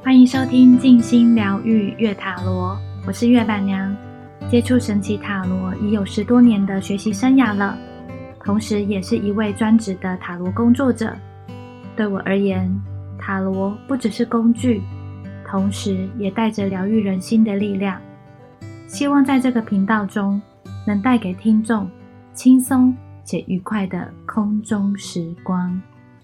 欢迎收听静心疗愈月塔罗，我是月板娘。接触神奇塔罗已有10多年的学习生涯了，同时也是一位专职的塔罗工作者。对我而言，塔罗不只是工具，同时也带着疗愈人心的力量。希望在这个频道中能带给听众轻松且愉快的空中时光。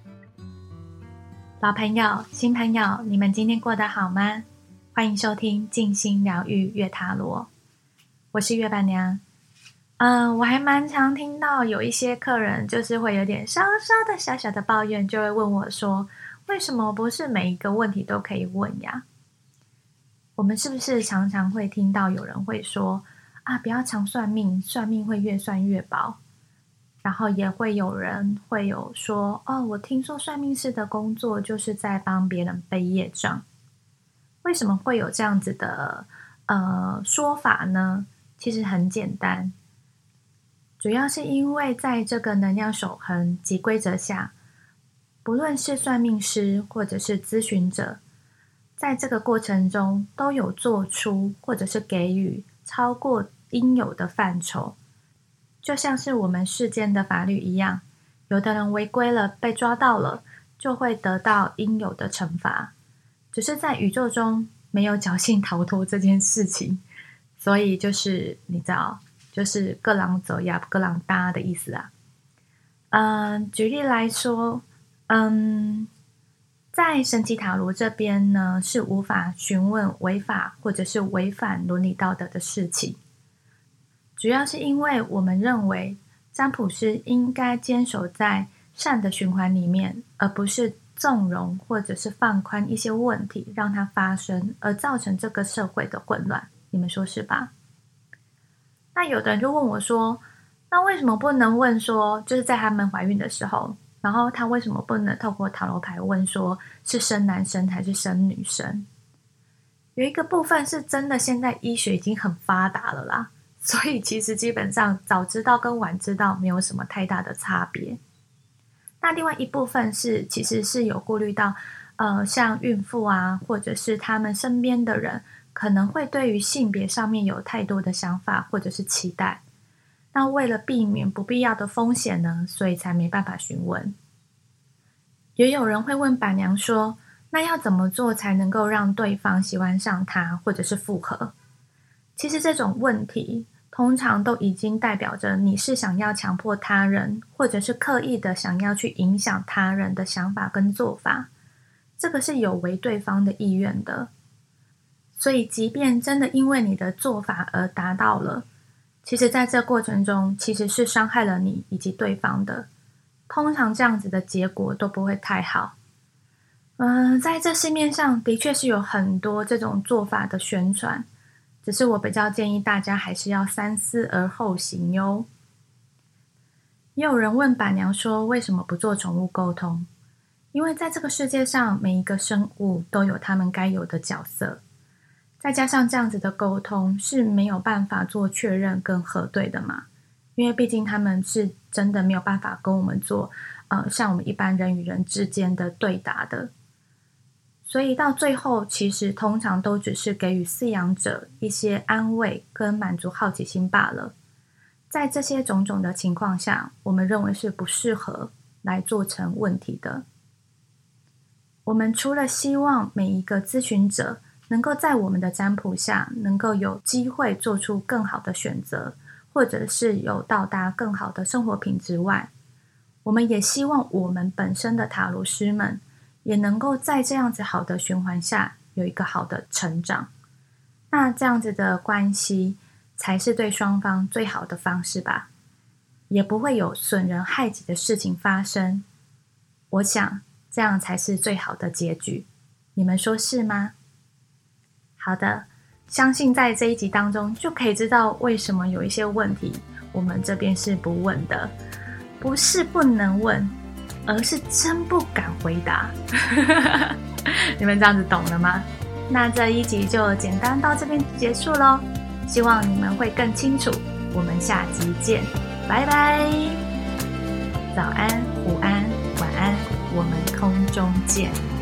老朋友、新朋友，你们今天过得好吗？欢迎收听静心疗愈月塔罗，我是月板娘。我还蛮常听到有一些客人就是会有点稍稍的小小的抱怨，就会问我说，为什么不是每一个问题都可以问呀？我们是不是常常会听到有人会说不要常算命，算命会越算越薄。然后也会有人会有说，我听说算命师的工作就是在帮别人背业障。为什么会有这样子的说法呢？其实很简单，主要是因为在这个能量守恒及规则下，不论是算命师或者是咨询者，在这个过程中都有做出或者是给予超过应有的范畴。就像是我们世间的法律一样，有的人违规了，被抓到了，就会得到应有的惩罚。只是在宇宙中没有侥幸逃脱这件事情，所以就是你知道，就是各人走呀，各人搭的意思啊。举例来说，在神奇塔罗这边呢，是无法询问违法或者是违反伦理道德的事情。主要是因为我们认为占卜师应该坚守在善的循环里面，而不是纵容或者是放宽一些问题让它发生，而造成这个社会的混乱。你们说是吧？那有的人就问我说，那为什么不能问说，就是在他们怀孕的时候，然后他为什么不能透过塔罗牌问说是生男生还是生女生？有一个部分是真的现在医学已经很发达了啦，所以其实基本上早知道跟晚知道没有什么太大的差别。那另外一部分是其实是有顾虑到像孕妇啊，或者是他们身边的人可能会对于性别上面有太多的想法或者是期待。那为了避免不必要的风险呢，所以才没办法询问。也有人会问板娘说，那要怎么做才能够让对方喜欢上他或者是复合？其实这种问题通常都已经代表着你是想要强迫他人，或者是刻意的想要去影响他人的想法跟做法，这个是有违对方的意愿的。所以即便真的因为你的做法而达到了，其实在这过程中其实是伤害了你以及对方的，通常这样子的结果都不会太好。在这市面上的确是有很多这种做法的宣传，只是我比较建议大家还是要三思而后行哟。也有人问板娘说，为什么不做宠物沟通？因为在这个世界上，每一个生物都有他们该有的角色，再加上这样子的沟通是没有办法做确认跟核对的嘛，因为毕竟他们是真的没有办法跟我们做像我们一般人与人之间的对答的。所以到最后其实通常都只是给予饲养者一些安慰跟满足好奇心罢了。在这些种种的情况下，我们认为是不适合来做成问题的。我们除了希望每一个咨询者能够在我们的占卜下能够有机会做出更好的选择，或者是有到达更好的生活品质外，我们也希望我们本身的塔罗师们也能够在这样子好的循环下有一个好的成长。那这样子的关系才是对双方最好的方式吧，也不会有损人害己的事情发生。我想这样才是最好的结局，你们说是吗？好的，相信在这一集当中就可以知道为什么有一些问题我们这边是不问的，不是不能问，而是真不敢回答。你们这样子懂了吗？那这一集就简单到这边结束咯，希望你们会更清楚。我们下集见，拜拜。早安、午安、晚安，我们空中见。